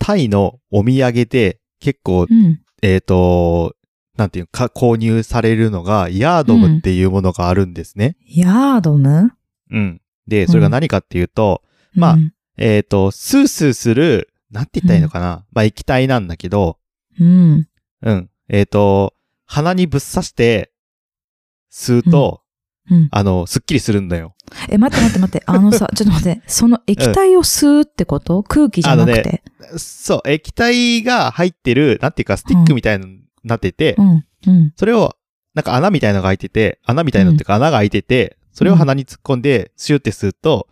タイのお土産で結構、なんていうか、購入されるのが、ヤードムっていうものがあるんですね。 ヤードム？ うん。で、それが何かっていうと、まあ、スースーする、なんて言ったらいいのかな。まあ、液体なんだけど、うん。鼻にぶっ刺して、吸うと、すっきりするんだよ。 待って。ちょっと待って。その液体を吸うってこと？空気じゃなくて。 そう、液体が入ってる、なんていうか、スティックみたいになってて、それを、なんか穴みたいなのが開いてて、穴みたいなのっていうか穴が開いてて、それを鼻に突っ込んで、シューって吸うと、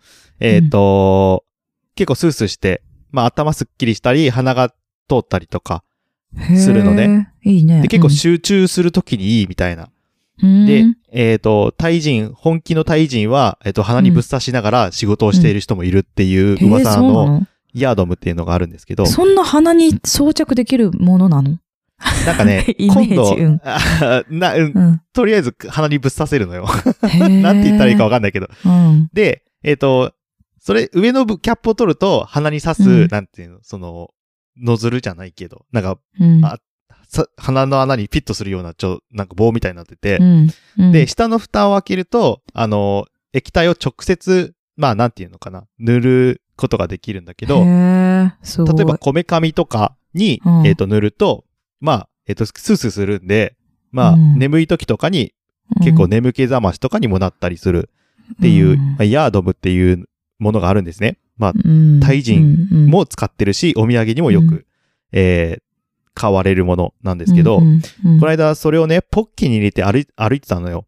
結構スースーして、まあ頭すっきりしたり、鼻が通ったりとか、するのね。 いいね。 で、結構集中するときにいいみたいな。で、本気のタイ人は、鼻にぶっ刺しながら仕事をしている人もいるっていう噂のヤードムっていうのがあるんですけど。 そんな鼻に装着できるものなの？ なんかね、今度、とりあえず鼻にぶっ刺せるのよ。なんて言ったらいいかわかんないけど。で、それ、上のキャップを取ると鼻に刺す、なんていうの、その、ノズルじゃないけど、なんか、鼻の穴にフィットするような、なんか棒みたいになってて、で、下の蓋を開けると、液体を直接、まあ、なんていうのかな、塗ることができるんだけど、例えば、こめかみとかに、塗ると、まあ、スースーするんで、まあ、眠い時とかに、結構眠気覚ましとかにもなったりするっていう、ヤードムっていうものがあるんですね。まあ、タイ人も使ってるし、お土産にもよく、買われるものなんですけど、この間それをね、ポッケに入れて歩いてたのよ。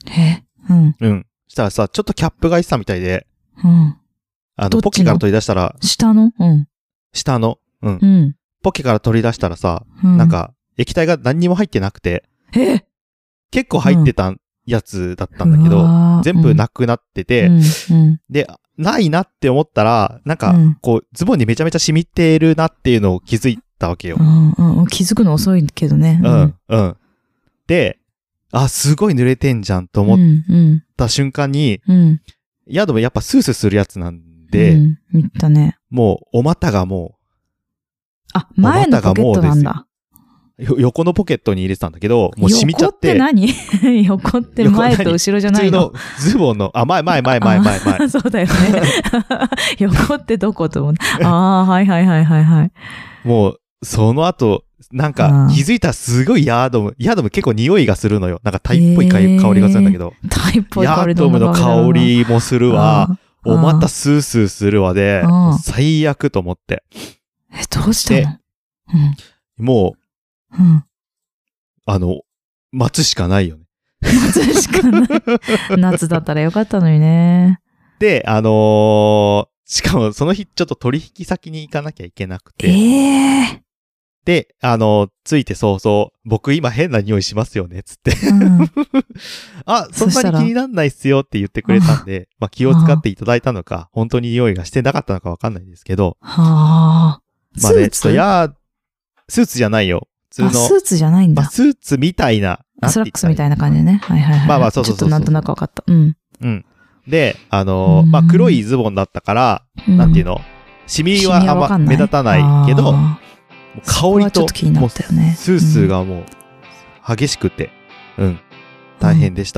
したらさ、ちょっとキャップが入ってたみたいで、ポッケから取り出したら、 下のポッケから取り出したらさ、なんか、液体が何にも入ってなくて、結構入ってたやつだったんだけど、全部なくなってて、で、ないなって思ったら、なんか、こう、ズボンにめちゃめちゃ染みてるなっていうのを気づいたわけよ。 気づくの遅いけどね。 で、すごい濡れてんじゃんと思った瞬間に、ヤードもやっぱスースーするやつなんで、 言ったね。 もう、お股がもう、 前のポケットなんだ。 横のポケットに入れてたんだけど、もう染みちゃって。 横って何？横って前と後ろじゃないの？ 普通のズボンの、前。 そうだよね。横ってどこと思う？はい。 もう、その後、なんか気づいたらすごいヤードム結構匂いがするのよ。なんかタイっぽい香りがするんだけど。 タイっぽい香りヤードムの香りもするわ。またスースーするわで、最悪と思って。 どうしたの？ もう、待つしかないよね。 待つしかない。夏だったらよかったのにね。 で、しかもその日ちょっと取引先に行かなきゃいけなくて。で、ついて早々、僕今変な匂いしますよね、つって。そんなに気になんないっすよって言ってくれたんで、まあ気を使っていただいたのか、本当に匂いがしてなかったのかわかんないですけど。まあね、ちょっとスーツじゃないよ。普通の。 スーツじゃないんだ。 スーツみたいな。 スラックスみたいな感じでね。はい。 そう。 ちょっとなんとなくわかった。 で、まあ黒いズボンだったから、なんていうの、シミはあんま目立たないけど、香りと、もうスースーがもう、激しくて、大変でした。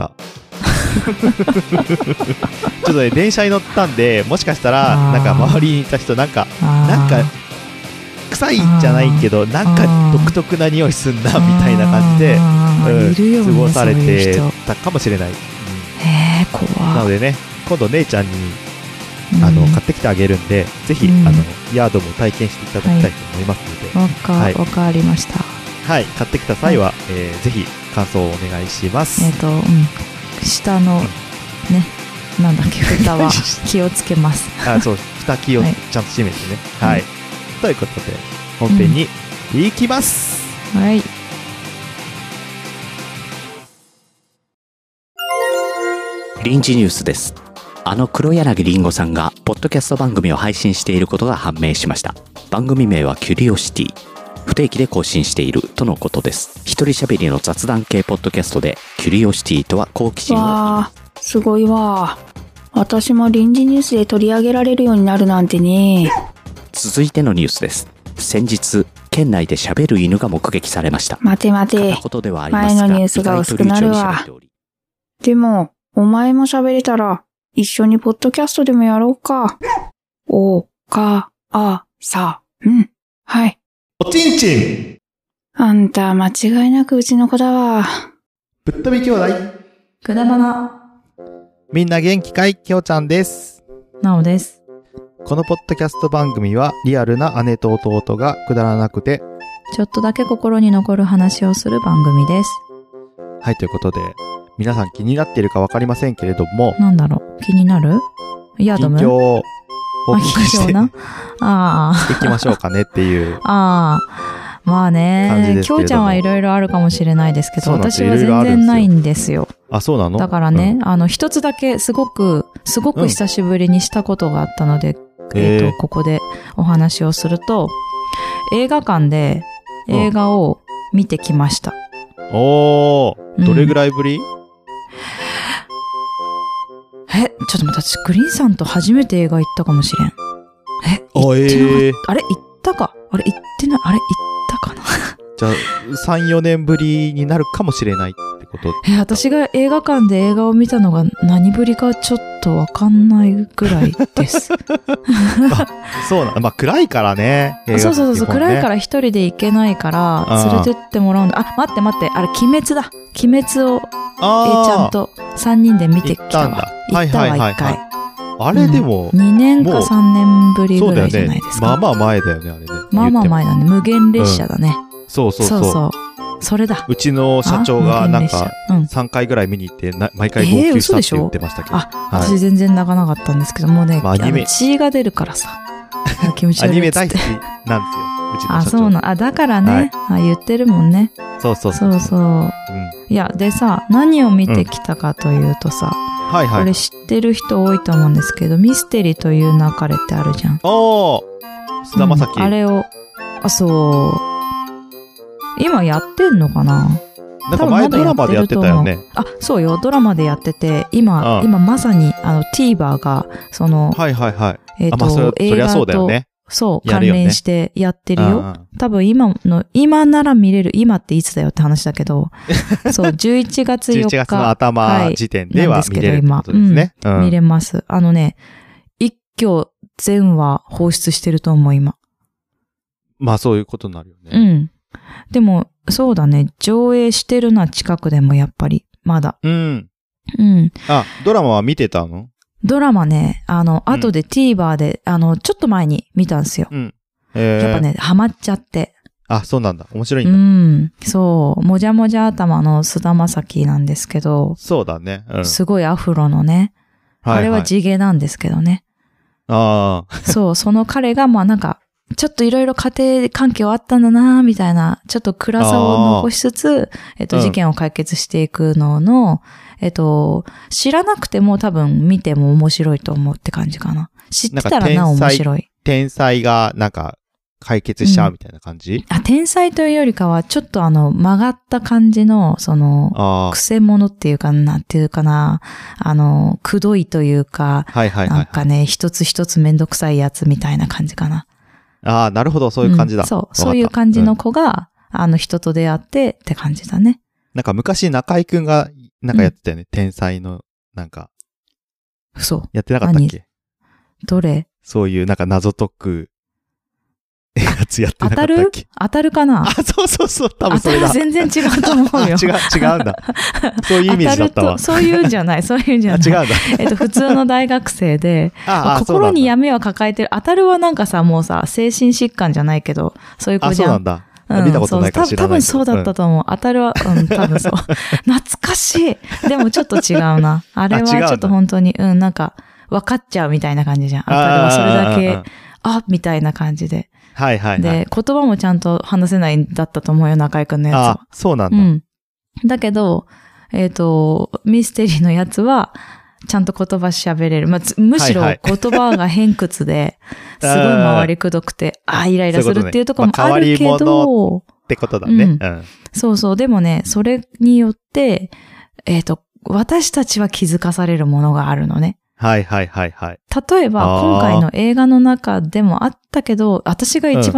ちょっとね、電車に乗ったんで、もしかしたら、なんか周りにいた人、なんか、臭いんじゃないけど、なんか独特な匂いすんな、みたいな感じで、過ごされてたかもしれない。 怖い。 なのでね、今度姉ちゃんに、買ってきてあげるんで、ぜひ、ヤードも体験していただきたいと思いますので。わかりました。 はい、買ってきた際は、ぜひ感想をお願いします。 下の、ね、なんだっけ、蓋は気をつけます。 そう、蓋気をちゃんと閉めてね。はい。ということで、本編に行きます。 はい。 臨時ニュースです。黒柳りんごさんがポッドキャスト番組を配信していることが判明しました。番組名はキュリオシティ。不定期で更新しているとのことです。一人喋りの雑談系ポッドキャストで、キュリオシティとは好奇心を。 わー、すごいわ。私も臨時ニュースで取り上げられるようになるなんてね。 続いてのニュースです。 先日、県内で喋る犬が目撃されました。 待て待て。 片言ではありますが、 前のニュースが薄くなるわ。でも、お前も喋れたら、一緒にポッドキャストでもやろうか。お、か、あ、さ、はい。 おちんちん。 あんた、間違いなくうちの子だわ。 ぶっ飛び兄弟。 くだばな。 みんな元気かい？きょうちゃんです。 なおです。 このポッドキャスト番組はリアルな姉と弟がくだらなくてちょっとだけ心に残る話をする番組です。 はい、ということで皆さん気になっているかわかりませんけれども、 なんだろう、気になる？ヤドム？ 近況を報告していきましょうかねっていうまあね、きょうちゃんはいろいろあるかもしれないですけど、私は全然ないんですよ。 あ、そうなの？ だからね、一つだけすごく久しぶりにしたことがあったので、ここでお話をすると、映画館で映画を見てきました。 おー、どれぐらいぶり？ ちょっと待って、私グリーンさんと初めて映画行ったかもしれん。行ってなかった。あれ行ったか？あれ行ってない？あれ行ったかな？ じゃあ、3、4年ぶりになるかもしれないってこと？ 私が映画館で映画を見たのが何ぶりかちょっとわかんないぐらいです。 そうな、まあ暗いからね。 そう、暗いから一人で行けないから連れてってもらうんだ。待って、あれ鬼滅だ。鬼滅をちゃんと3人で見てきたわ。行ったわ1回。 あれでも、 2年か3年ぶりぐらいじゃないですか。 まあまあ前だよね、あれね。 まあまあ前だね。無限列車だね。 そう。 それだ。 うちの社長がなんか3回ぐらい見に行って毎回号泣したって言ってましたけど。 私全然泣かなかったんですけど、もうね、血が出るからさ。気持ち悪い。 アニメ大好きなんですよ。うちの社長。 そうな。だからね、言ってるもんね。 そう。 いや、でさ、何を見てきたかというとさ、これ知ってる人多いと思うんですけど、ミステリという流れってあるじゃん。 菅田将暉。 あれを、そう。今やってんのかな？ なんか前ドラマでやってたよね。 そうよ。ドラマでやってて、今まさに、TVer が、その、 映画と、 関連してやってるよ。多分今なら見れる、今っていつだよって話だけど、そう、11月4日。 11月の頭時点では見れるってことですね。 見れます。一挙全話放出してると思う、今。 まあそういうことになるよね。 でも、そうだね。上映してるな、近くでもやっぱり。まだ。 ドラマは見てたの？ ドラマね、後で TVer で、ちょっと前に見たんですよ。やっぱね、ハマっちゃって。 そうなんだ。面白いんだ。 そう。もじゃもじゃ頭の菅田将暉なんですけど。 そうだね。 すごいアフロのね。あれは地毛なんですけどね。そう、その彼が、まあなんか、ちょっといろいろ家庭環境あったんだなみたいな、ちょっと暗さを残しつつ、事件を解決していくのの、知らなくても多分見ても面白いと思うって感じかな。知ってたら面白い。 天才がなんか解決しちゃうみたいな感じ？ 天才というよりかは、ちょっと曲がった感じの、癖者っていうか、なんていうかな、くどいというか、なんかね、一つ一つめんどくさいやつみたいな感じかな。 なるほど、そういう感じだ。 そういう感じの子が、人と出会ってって感じだね。 なんか昔中井くんが、なんかやってたよね。天才の、なんか。 そう。 やってなかったっけ？ どれ？ そういう、なんか謎解く、やつやってなかったっけ？ 当たるかな？ そう、多分それだ。 全然違うと思うよ。 違うんだ。そういうイメージだったわ。 そういうんじゃない。違うんだ。普通の大学生で、心に闇は抱えてる。当たるはなんかさ、もうさ、精神疾患じゃないけど、そういう子じゃん。 そうなんだ。見たことないかもしれない。 多分そうだったと思う。当たるは、多分そう。懐かしい。でもちょっと違うな。あれはちょっと本当に、なんか、分かっちゃうみたいな感じじゃん。当たるはそれだけ、みたいな感じで。で、言葉もちゃんと話せないんだったと思うよ、中井くんのやつは。 そうなんだ。 だけど、ミステリーのやつは、ちゃんと言葉喋れる。むしろ言葉が偏屈で、すごい回りくどくて、イライラするっていうところもあるけど、 ってことだね。 そう。でもね、それによって、私たちは気づかされるものがあるのね。例えば、今回の映画の中でもあったけど、私が一番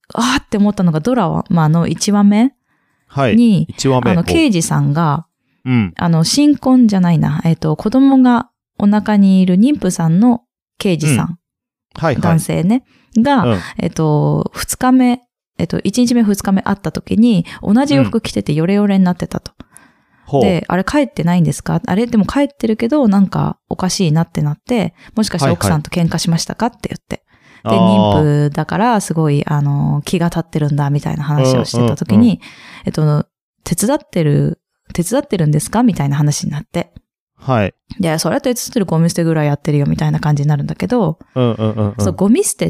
あーって思ったのがドラマの1話目に、 1話目。 刑事さんが、新婚じゃないな、子供がお腹にいる妊婦さんの刑事さん、男性ね、が、2日目、1日目2日目会った時に、同じ洋服着ててヨレヨレになってたと。で、あれ帰ってないんですか？あれでも帰ってるけど、なんかおかしいなってなって、もしかして奥さんと喧嘩しましたかって言って。で、妊婦だから、すごい、気が立ってるんだ、みたいな話をしてた時に、手伝ってるんですかみたいな話になって。 はい。 で、それは手伝ってるゴミ捨てぐらいやってるよ、みたいな感じになるんだけど、そう、ゴミ捨てって、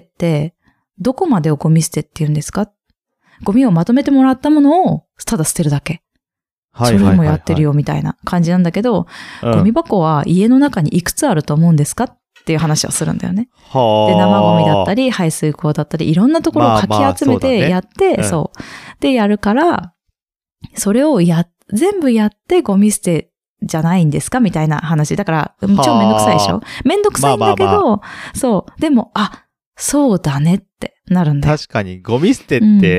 どこまでをゴミ捨てって言うんですか？ゴミをまとめてもらったものを、ただ捨てるだけ。それもやってるよ、みたいな感じなんだけど、ゴミ箱は家の中にいくつあると思うんですかっていう話をするんだよね。で、生ゴミだったり、排水口だったり、いろんなところをかき集めてやって、そう。で、やるから、それを全部やってゴミ捨てじゃないんですかみたいな話。だから、超めんどくさいでしょ？めんどくさいんだけど、そう。でも、そうだねってなるんだよ。 確かに、ゴミ捨てって、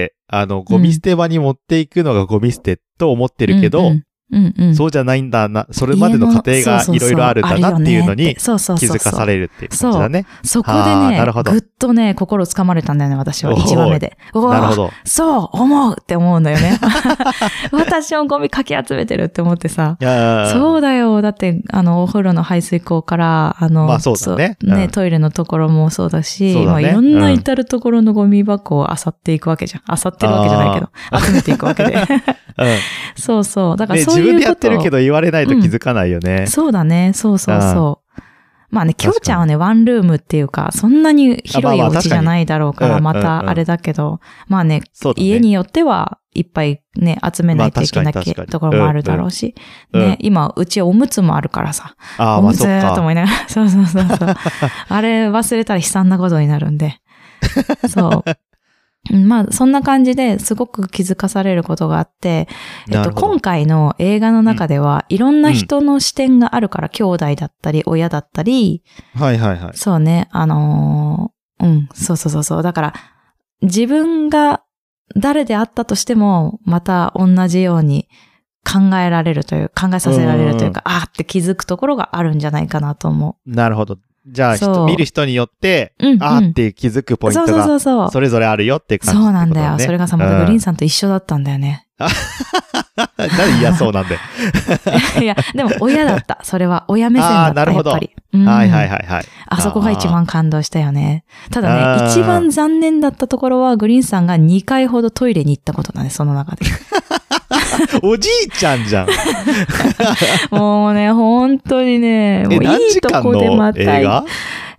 ゴミ捨て場に持っていくのがゴミ捨てと思ってるけど、そうじゃないんだな、それまでの過程がいろいろあるんだなっていうのに気づかされるっていう感じだね。 そこでね、ぐっとね、心つかまれたんだよね、私は。1話目で。 なるほど。 そう、思うって思うんだよね。私もゴミかき集めてるって思ってさ。そうだよ。だって、お風呂の排水口から、 そうだね。 トイレのところもそうだし、いろんな至るところのゴミ箱を漁っていくわけじゃん。漁ってるわけじゃないけど、集めていくわけで。そうそう。だからそういうこと。 自分でやってるけど言われないと気づかないよね。 そうだね。そうそうそう。まあね、きょうちゃんはね、ワンルームっていうか、そんなに広いお家じゃないだろうから、またあれだけど、まあね、家によってはいっぱいね、集めないといけないところもあるだろうし、ね、今、うちおむつもあるからさ、おむつと思いながら、そうそうそうそう。あれ忘れたら悲惨なことになるんで、そう。まあ、そんな感じですごく気づかされることがあって、今回の映画の中では、いろんな人の視点があるから、兄弟だったり、親だったり、 はいはいはい。 そうね、そうそうそうそう。だから、自分が誰であったとしても、また同じように考えさせられるというか、あーって気づくところがあるんじゃないかなと思う。 なるほど。じゃあ、見る人によって、あーって気づくポイントが、それぞれあるよって感じ、ね。 そうなんだよ。それがさ、またグリーンさんと一緒だったんだよね。 なんで嫌そうなんだよ。 いや、でも親だった。それは親目線だった、やっぱり。 はいはいはいはい。 あそこが一番感動したよね。ただね、一番残念だったところは、グリーンさんが2回ほどトイレに行ったことなんです、その中で。 おじいちゃんじゃん。 もうね、本当にね、もういいとこでまた。 映画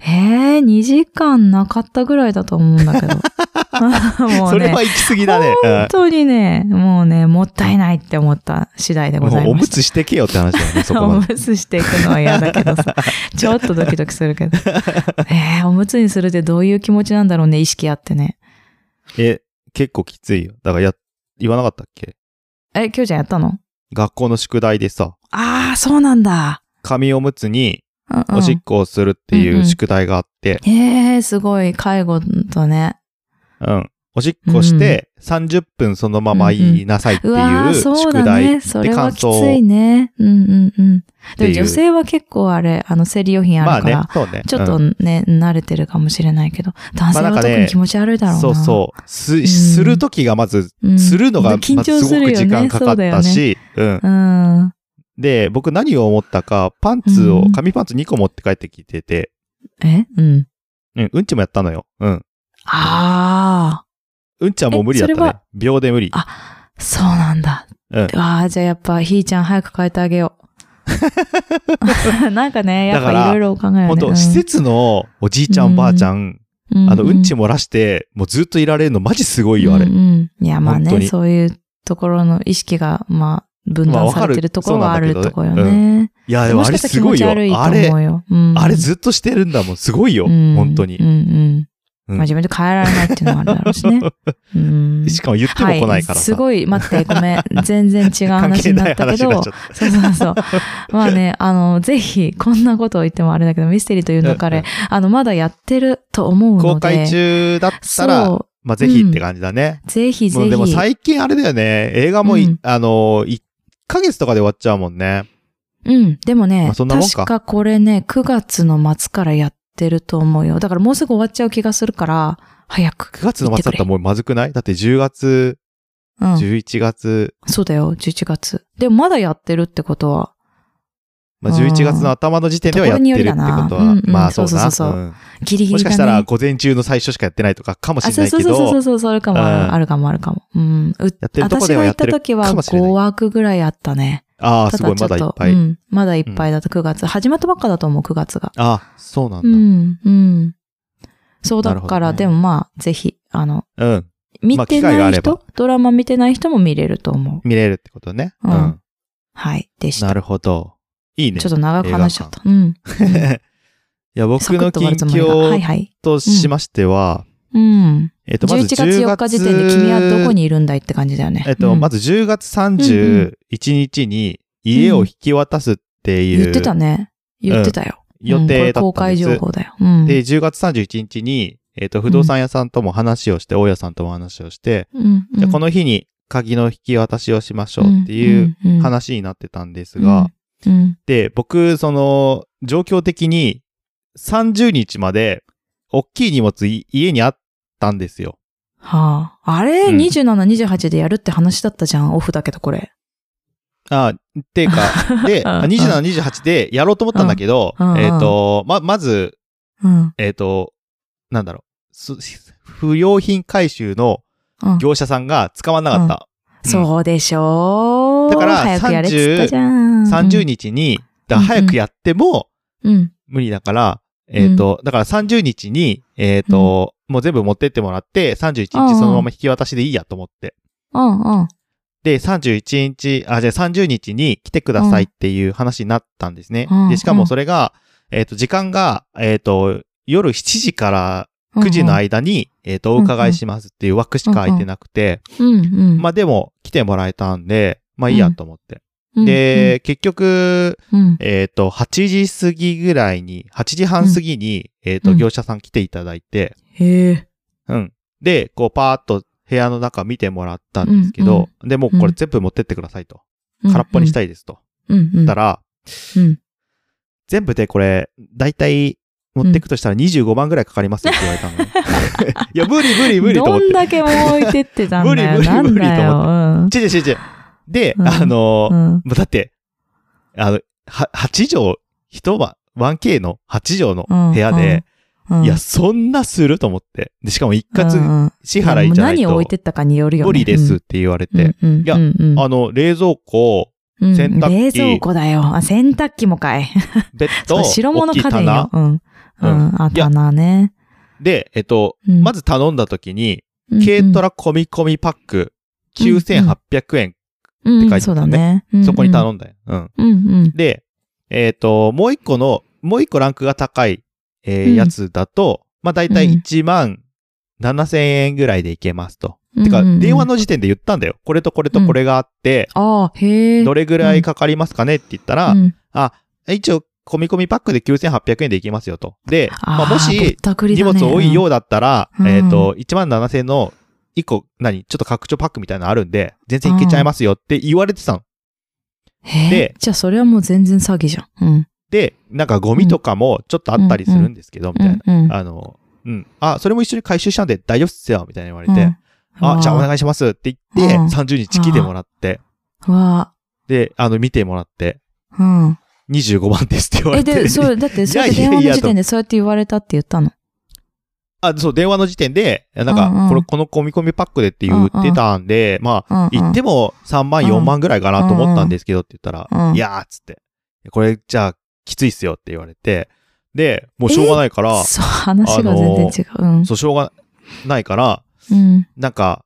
2時間なかったぐらいだと思うんだけど。もうね、 それは行き過ぎだね。 本当にね、もうね、もったいないって思った次第でございます。 もうおむつしてけよって話だよね、そこまで。 おむつしていくのは嫌だけどさ、ちょっとドキドキするけど。おむつにするってどういう気持ちなんだろうね、意識あってね。 結構きついよ。だから言わなかったっけ？ きょうちゃんやったの？ 学校の宿題でさ。 ああ、そうなんだ。 紙おむつに、おしっこをするっていう宿題があって。 すごい、介護とね。 おしっこして30分そのまま言いなさいっていう宿題で感想。 それはきついね。でも女性は結構生理用品あるから、ちょっとね、慣れてるかもしれないけど、男性は特に気持ち悪いだろうな。 そうそう。するときがまず、するのがまずすごく時間かかったし、で、僕何を思ったか、紙パンツ2個持って帰ってきてて、うんちもやったのよ。うんちはもう無理だったね。秒で無理。 そうなんだ。じゃあやっぱ、ひーちゃん早く変えてあげよう。なんかね、やっぱいろいろ考えるね。 本当施設のおじいちゃんおばあちゃん、うんち漏らして、もうずっといられるのマジすごいよ、あれ。 いや、まあね、そういうところの意識が、まあ、分断されてるところがあるところよね。 いや、でもあれすごいよ。あれずっとしてるんだもん。すごいよ。本当に。 まあ自分で変えられないっていうのもあるだろうしね。 しかも言っても来ないからさ。 すごい、待って、ごめん。全然違う話になったけど。そう。まあね、ぜひ、こんなことを言ってもあれだけど、ミステリーというの彼、まだやってると思うので。 公開中だったら、 まあ、ぜひって感じだね。 ぜひぜひ。 でも最近あれだよね。映画も1ヶ月とかで終わっちゃうもんね。 うん。でもね、 まあ、そんなもんか。 確かこれね、9月の末からやってると思うよ。だからもうすぐ終わっちゃう気がするから、早く。 9月の末だったらもうまずくない？だって10月、11月。 そうだよ、11月。でもまだやってるってことは。 まあ、11月の頭の時点ではやってるってことは、まあそうだ。 そうギリギリだね。 もしかしたら午前中の最初しかやってないとかかもしれないけど。 そう、それかも、あるかも。うん。 やってるとこではやってるかもしれない。 私が行った時は5枠ぐらいあったね。 ああ、すごい、まだいっぱい。 まだいっぱいだった、9月。始まったばっかだと思う、9月が。 ああ、そうなんだ。 そうだから、でもまあ、ぜひ、見てない人、ドラマ見てない人も見れると思う。 見れるってことね。 はい、でした。 なるほど。いいね。 ちょっと長く話しちゃった。 いや、僕の近況としましては、 まず11月4日時点で君はどこにいるんだいって感じだよね。 まず10月31日に家を引き渡すっていう。 言ってたね。言ってたよ。 予定だったんです。 公開情報だよ。 で、10月31日に、不動産屋さんとも話をして、大家さんとも話をして、じゃあこの日に鍵の引き渡しをしましょうっていう話になってたんですが、で、僕、状況的に30日まで、大きい荷物家にあったんですよ。 はあ。あれ、27、28でやるって話だったじゃん、オフだけどこれ。 っていうか、で、27、28でやろうと思ったんだけど、まず、なんだろう、不良品回収の業者さんが捕まんなかった。 そうでしょう。だから 30日に、早くやっても、無理だから、だから30日に、もう全部持ってってもらって、31日そのまま引き渡しでいいやと思って。で、31日、じゃあ30日に来てくださいっていう話になったんですね。で、しかもそれが、時間が、夜7時から9時の間に、お伺いしますっていう枠しか空いてなくて、まあでも来てもらえたんで、まあいいやと思って。で、結局、8時過ぎぐらいに、8時半過ぎに、業者さん来ていただいて、で、こうパーッと部屋の中見てもらったんですけど、で、もうこれ全部持ってってくださいと。空っぽにしたいですと。たら、全部でこれ、だいたい持ってくとしたら25万ぐらいかかりますよって言われたのね。いや、無理と思って。 どんだけ置いてってたんだよ。 無理と思って。違う。で、もうだって、8畳、1K の8畳の部屋で、いや、そんなすると思って。で、しかも一括支払いじゃないと。 何を置いてったかによるよね。 無理ですって言われて。いや、冷蔵庫、洗濯機。 冷蔵庫だよ。洗濯機もかい。 ベッド、 白物家電よ。棚ね。 で、まず頼んだ時に、軽トラ込み込みパック、9800円って書いてあったね。そこに頼んだよ。で、もう一個ランクが高い、やつだと、まあ、だいたい1万7000円ぐらいでいけますと。てか、電話の時点で言ったんだよ。これとこれとこれがあって、どれぐらいかかりますかねって言ったら、一応、込み込みパックで9800円でいきますよと。で、まあ、もし、荷物多いようだったら、1万7000円の1個、ちょっと拡張パックみたいなのあるんで、全然いけちゃいますよって言われてたの。 で、じゃあそれはもう全然詐欺じゃん。 で、なんかゴミとかもちょっとあったりするんですけど、みたいな。それも一緒に回収したんで大丈夫っすよ、みたいな言われて、じゃあお願いしますって言って、30日来てもらって、で、見てもらって、25万ですって言われて。 だってそうやって電話の時点でそうやって言われたって言ったの？ そう、電話の時点で、なんか、この込み込みパックでって言ってたんで、まあ、言っても3万、4万ぐらいかなと思ったんですけどって言ったら、いやーっつって、これじゃあきついっすよって言われて、で、もうしょうがないから、 そう、話が全然違う。 そう、しょうがないから、なんか、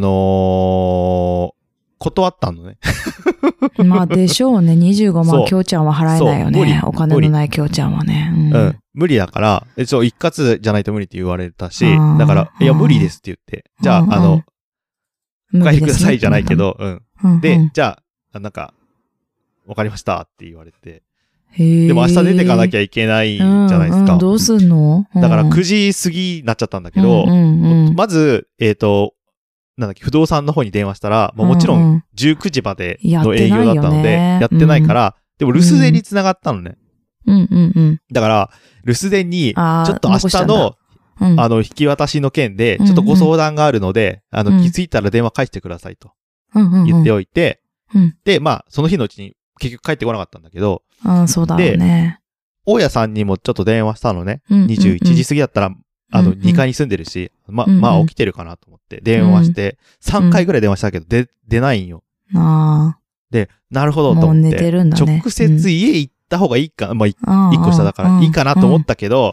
断ったのね。 まあでしょうね。25万、きょうちゃんは払えないよね。お金のないきょうちゃんはね。 無理だから、一括じゃないと無理って言われたし、だから、いや、無理ですって言って、じゃあ、お帰りくださいじゃないけど、で、じゃあ、なんか、わかりましたって言われて、 でも明日出てかなきゃいけないじゃないですか。 どうすんの？ だから9時過ぎになっちゃったんだけど、まず、なんだっけ、不動産の方に電話したら、もちろん19時までの営業だったので、やってないから、でも留守電に繋がったのね。だから、留守電に、ちょっと明日の、引き渡しの件で、ちょっとご相談があるので、気づいたら電話返してくださいと。言っておいて、で、まあ、その日のうちに結局帰ってこなかったんだけど、 そうだろうね。 大家さんにもちょっと電話したのね。21時過ぎだったら、2階に住んでるし、まあ起きてるかなと思って電話して、3回ぐらい電話したけど、出ないんよ。で、なるほどと思って。 もう寝てるんだね。 直接家行った方がいいか、まあ、1個下だからいいかなと思ったけど、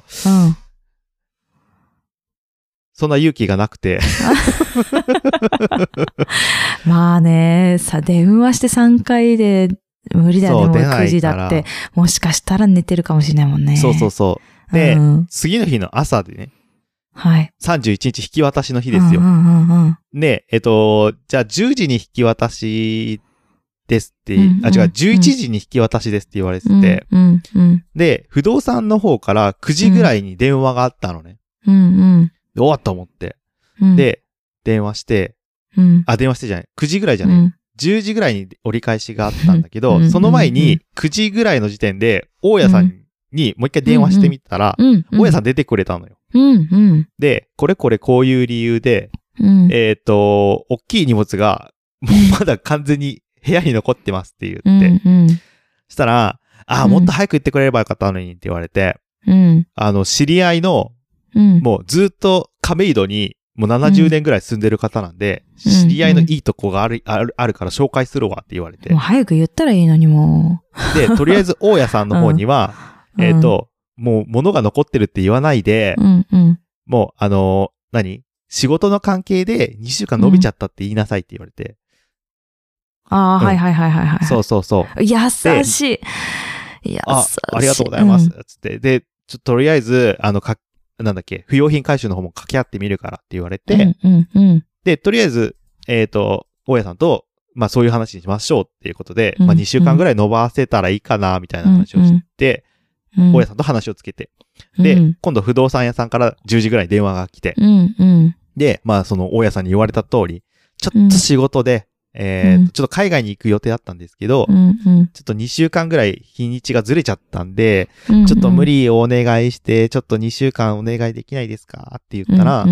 そんな勇気がなくて。 まあね、電話して3回で無理だよね、もう9時だって。もしかしたら寝てるかもしれないもんね。 そう。で、次の日の朝でね、 はい。 31日引き渡しの日ですよ。で、じゃあ10時に引き渡しですって、違う、11時に引き渡しですって言われてて、で、不動産の方から9時ぐらいに電話があったのね。おっと思って。で、電話して、電話してじゃない、9時ぐらいじゃない、10時ぐらいに折り返しがあったんだけど、その前に9時ぐらいの時点で、大家さんにもう一回電話してみたら、大家さん出てくれたのよ。で、こういう理由で、大きい荷物が、もうまだ完全に部屋に残ってますって言って、したら、もっと早く言ってくれればよかったのにって言われて、知り合いの、もうずっと亀戸にもう70年ぐらい住んでる方なんで、知り合いのいいとこがあるから紹介するわって言われて。 もう早く言ったらいいのにもう。で、とりあえず大家さんの方には、もう物が残ってるって言わないで、もう仕事の関係で2週間伸びちゃったって言いなさいって言われて。 はい。 そう。 優しい。 ありがとうございます。つって。で、とりあえず、なんだっけ、不用品回収の方も掛け合ってみるからって言われて、で、とりあえず、大家さんと、まあそういう話にしましょうっていうことで、まあ2週間ぐらい伸ばせたらいいかな、みたいな話をして、大家さんと話をつけて、で、今度不動産屋さんから10時ぐらいに電話が来て、で、まあその大家さんに言われた通り、ちょっと仕事で、ちょっと海外に行く予定だったんですけど、ちょっと2週間ぐらい日にちがずれちゃったんで、ちょっと無理をお願いして、ちょっと2週間お願いできないですかって言ったら、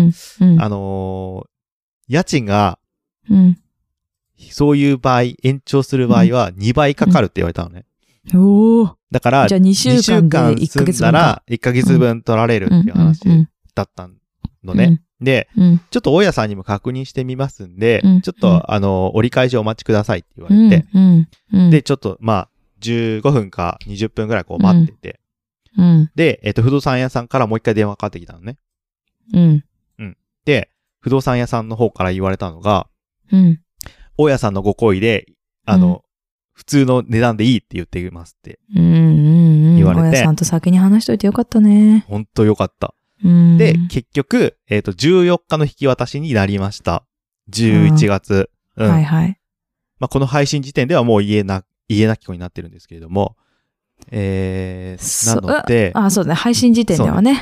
家賃が、そういう場合、延長する場合は2倍かかるって言われたのね。だから、 じゃあ2週間で1ヶ月分なら1ヶ月分取られるっていう話だったのね。で、ちょっと大家さんにも確認してみますんで、ちょっと折り返しお待ちくださいって言われて、で、ちょっとまあ、15分か20分ぐらいこう待ってて、で、不動産屋さんからもう一回電話かかってきたのね。で、不動産屋さんの方から言われたのが、大家さんのご好意で、普通の値段でいいって言っていますって言われて。 大家さんと先に話しといてよかったね。 ほんとよかった。で、結局、14日の引き渡しになりました。11月。 はいはい。 まあ、この配信時点ではもう家なき子になってるんですけれども、なので、 そうだね。配信時点ではね。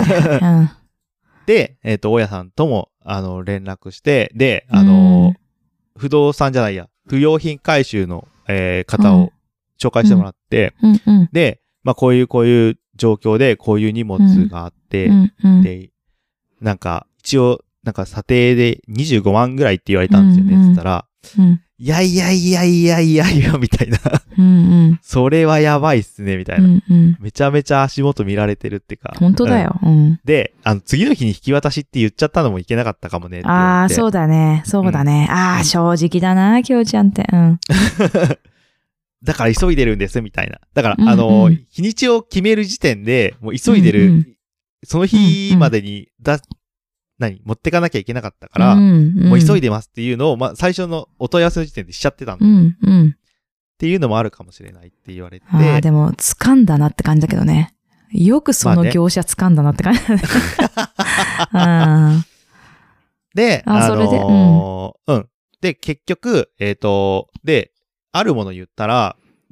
で、大家さんとも、連絡して、で、不動産じゃないや、不用品回収の、方を紹介してもらって、で、まあ、こういう状況で、こういう荷物があって、で、なんか、一応、なんか査定で25万ぐらいって言われたんですよね、つったら、いや、みたいな。それはやばいっすね、みたいな。めちゃめちゃ足元見られてるってか。 本当だよ。 で、次の日に引き渡しって言っちゃったのもいけなかったかもねって言われて。 そうだね。正直だな、きょうちゃんって。 だから急いでるんです、みたいな。だから、日にちを決める時点で、もう急いでる、その日までに持ってかなきゃいけなかったから、もう急いでますっていうのを、まあ、最初のお問い合わせの時点でしちゃってたんで、っていうのもあるかもしれないって言われて。 でも、掴んだなって感じだけどね。よくその業者掴んだなって感じだね。 で、 それで、 で、結局、で、あるもの言ったら、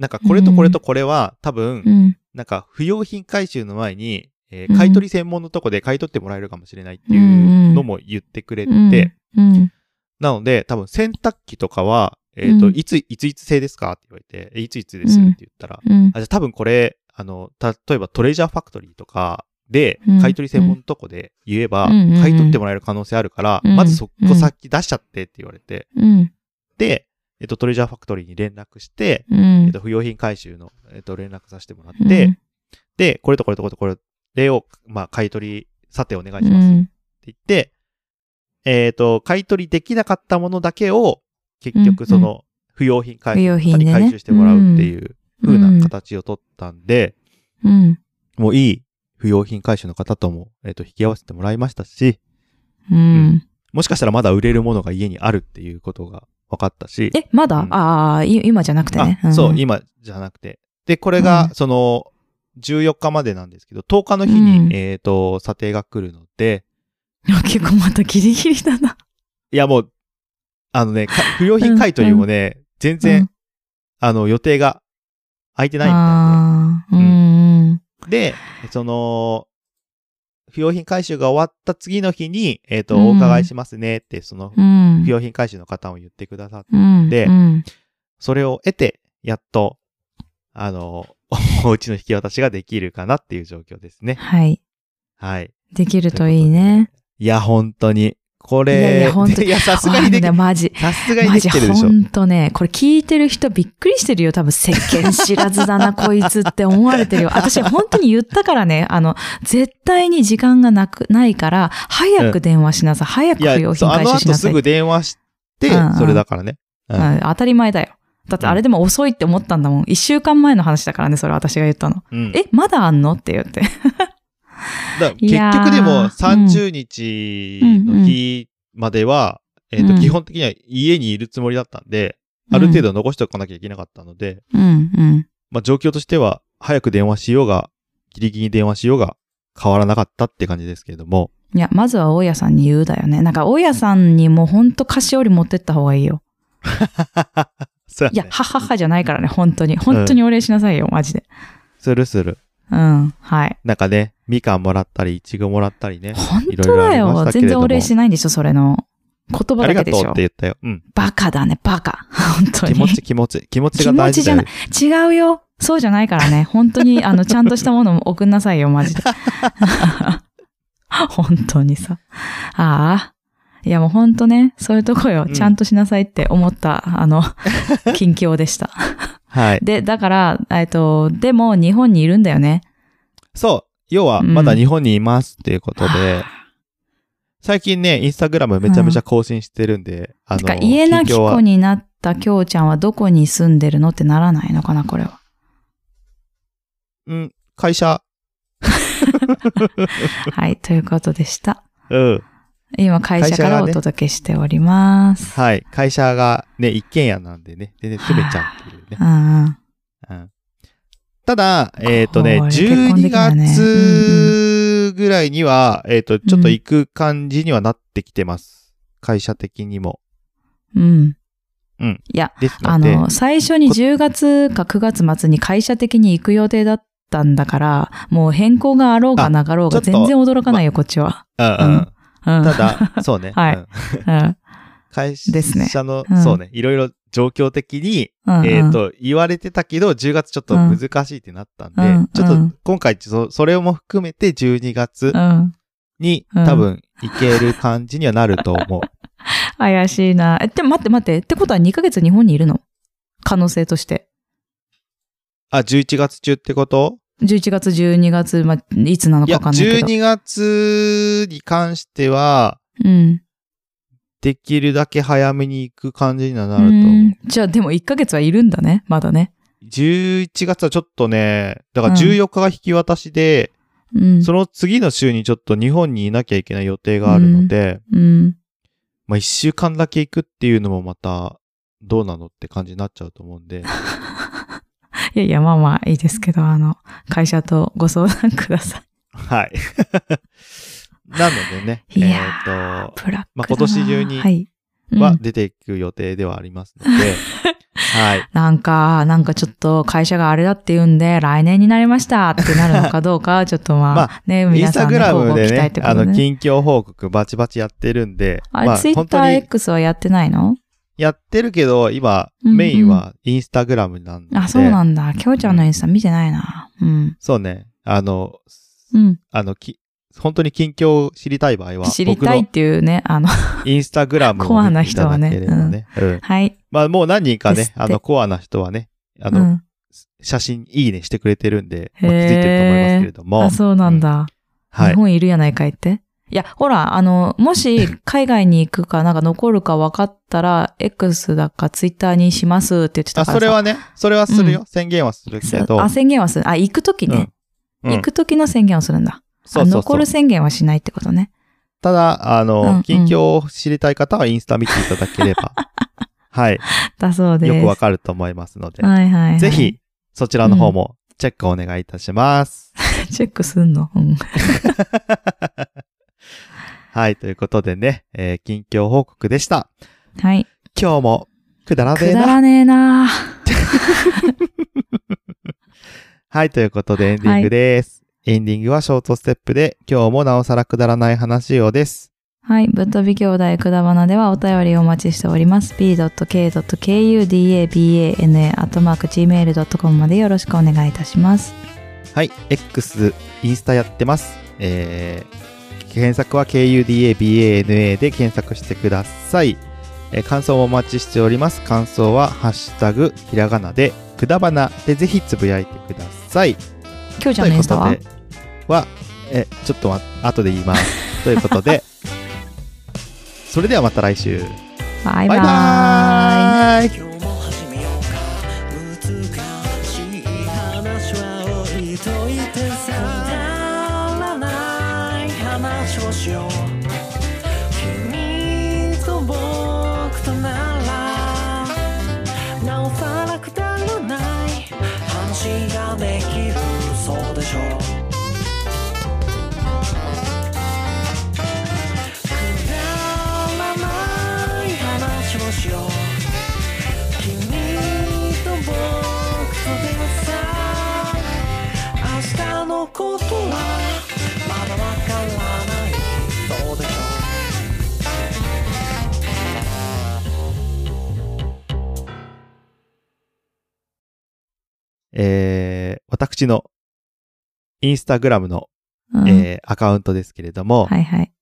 なんかこれとこれとこれは多分、なんか不用品回収の前に、買い取り専門のとこで買い取ってもらえるかもしれないっていうのも言ってくれて、なので多分洗濯機とかは、いつ製ですかって言われて、いつですって言ったら、じゃあ多分これ、例えばトレジャーファクトリーとかで、買い取り専門のとこで言えば、買い取ってもらえる可能性あるから、まずそこ先出しちゃってって言われて、で、トレジャーファクトリーに連絡して、不用品回収の、連絡させてもらって、で、これとこれとこれとこれを、まあ、買い取り査定お願いしますって言って、買い取りできなかったものだけを、結局その、不用品回収に回収してもらうっていう風な形を取ったんで、もういい不用品回収の方とも、引き合わせてもらいましたし、もしかしたらまだ売れるものが家にあるっていうことが分かったし。 まだ、今じゃなくてね。 そう、今じゃなくて。で、これが、その、14日までなんですけど、10日の日に、査定が来るので。 結構またギリギリだな。 いや、もう、不用品買い取りもね、全然、予定が空いてないみたいで。で、その、不用品回収が終わった次の日に、お伺いしますねって、その、不用品回収の方も言ってくださって、それを得て、やっと、お家の引き渡しができるかなっていう状況ですね。 はい。 はい。 できるといいね。 いや、本当に。これ、 いや、本当に。 いや、さすがにできてる。 マジ。 さすがにできてるでしょ。 本当ね、これ聞いてる人びっくりしてるよ。多分世間知らずだな、こいつって思われてるよ。私本当に言ったからね、絶対に時間がないから、早く電話しなさい。早く不用品回収しなさい。 後すぐ電話して、それだからね。 当たり前だよ。だってあれでも遅いって思ったんだもん。1週間前の話だからね、それ私が言ったの。まだあんのって言って。 結局でも30日の日までは、基本的には家にいるつもりだったんで、ある程度残しておかなきゃいけなかったので、まあ状況としては、早く電話しようが、ギリギリ電話しようが変わらなかったって感じですけれども。 いや、まずは大家さんに言うだよね。なんか大家さんにもうほんと菓子折り持ってった方がいいよ。 そうやね、 いや、はははじゃないからね、本当に。本当にお礼しなさいよ、マジで。 する。 はい。 なんかね、みかんもらったり、いちごもらったりね。 本当だよ。全然お礼しないんでしょ、それの。言葉だけでしょ。 ありがとうって言ったよ。 バカだね、バカ。本当に。 気持ちが大事だよ。 気持ちじゃない。違うよ。そうじゃないからね。本当に、ちゃんとしたものも送んなさいよ、マジで。本当にさ。いやもうほんとね、そういうとこよ、ちゃんとしなさいって思った、近況でした。 はい。 で、だから、でも日本にいるんだよね。 そう。要は、まだ日本にいますっていうことで、最近ね、インスタグラムめちゃめちゃ更新してるんで、 てか、家なき子になったきょうちゃんはどこに住んでるのってならないのかな、これは。 会社。 はい、ということでした。 今、 会社からお届けしております。 はい。会社がね、一軒家なんでね、全然住めちゃうっていうね。ただ、12月ぐらいには、ちょっと行く感じにはなってきてます。会社的にも。 いや、最初に10月か9月末に会社的に行く予定だったんだから、もう変更があろうがなかろうが全然驚かないよ、こっちは。 ただ、そうね。 はい。 会社の、そうね、いろいろ状況的に、言われてたけど、10月ちょっと難しいってなったんで、ちょっと今回、それも含めて12月に多分行ける感じにはなると思う。 怪しいな。でも待って。ってことは2ヶ月日本にいるの？可能性として。 11月中ってこと？ 11月、12月、いつなのかわかんないけど。 12月に関しては、できるだけ早めに行く感じにはなると思う。 じゃあでも1ヶ月はいるんだね、まだね。 11月はちょっとね、だから14日が引き渡しで、その次の週にちょっと日本にいなきゃいけない予定があるので、1週間だけ行くっていうのもまた、どうなのって感じになっちゃうと思うんで。 いやいや、まあいいですけど、会社とご相談ください。 はい。なのでね、今年中には出ていく予定ではありますので、 はい。 なんかちょっと会社があれだって言うんで、来年になりましたってなるのかどうか、ちょっとまあ、ね、皆さんね、 インスタグラムでね、 ね、 近況報告バチバチやってるんで。 あれ、ツイッター X はやってないの？ やってるけど、今、メインはインスタグラムなんで。 あ、そうなんだ。きょうちゃんのインスタ見てないな。うん。 そうね。本当に近況を知りたい場合は、 知りたいっていうね、 インスタグラムをコアな人はね。はい。 まあもう何人かね、コアな人はね、写真いいねしてくれてるんで、気づいてると思いますけれども。 あ、そうなんだ。 はい。 日本いるやないかいって。いや、ほら、もし海外に行くかなんか残るか分かったら、X だか Twitter にしますって言ってたからさ。 それはね、それはするよ。宣言はするけど。 宣言はする。行くときね。行くときの宣言をするんだ。 そう。 残る宣言はしないってことね。 ただ、近況を知りたい方はインスタ見ていただければ。はい。 だそうです。 よくわかると思いますので。 はい。 ぜひ、そちらの方もチェックお願いいたします。 チェックすんの？ はい。ということでね、近況報告でした。 はい。 今日も、くだらねえな。 くだらねえな。 はい。ということでエンディングです。エンディングはショートステップで、今日もなおさらくだらない話をです。 はい。ぶっ飛び兄弟くだばなではお便りをお待ちしております。b.k.kudabana@gmail.com までよろしくお願いいたします。 はい。X、インスタやってます。検索は KUDABANA で検索してください。感想もお待ちしております。感想はハッシュタグひらがなでくだばなでぜひつぶやいてください。 きょうちゃんのインスタは？ ちょっと後で言います。ということで、それではまた来週。 バイバイ。 バイバイ。 君と僕とならなおさらくだらない話ができるそうでしょう。くだらない話をしよう。君と僕とでさ明日のことはまだわからないそうでしょう。 私のインスタグラムの、アカウントですけれども、 はいはい。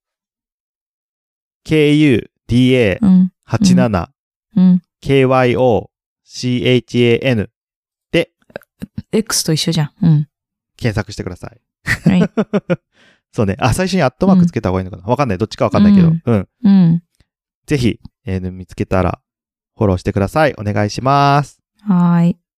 KUDA87、KYOCHAN で X と一緒じゃん。 検索してください。 はい。 そうね。最初にアットマークつけた方がいいのかな？わかんない。どっちかわかんないけど。ぜひ、見つけたらフォローしてください。お願いします。 はい。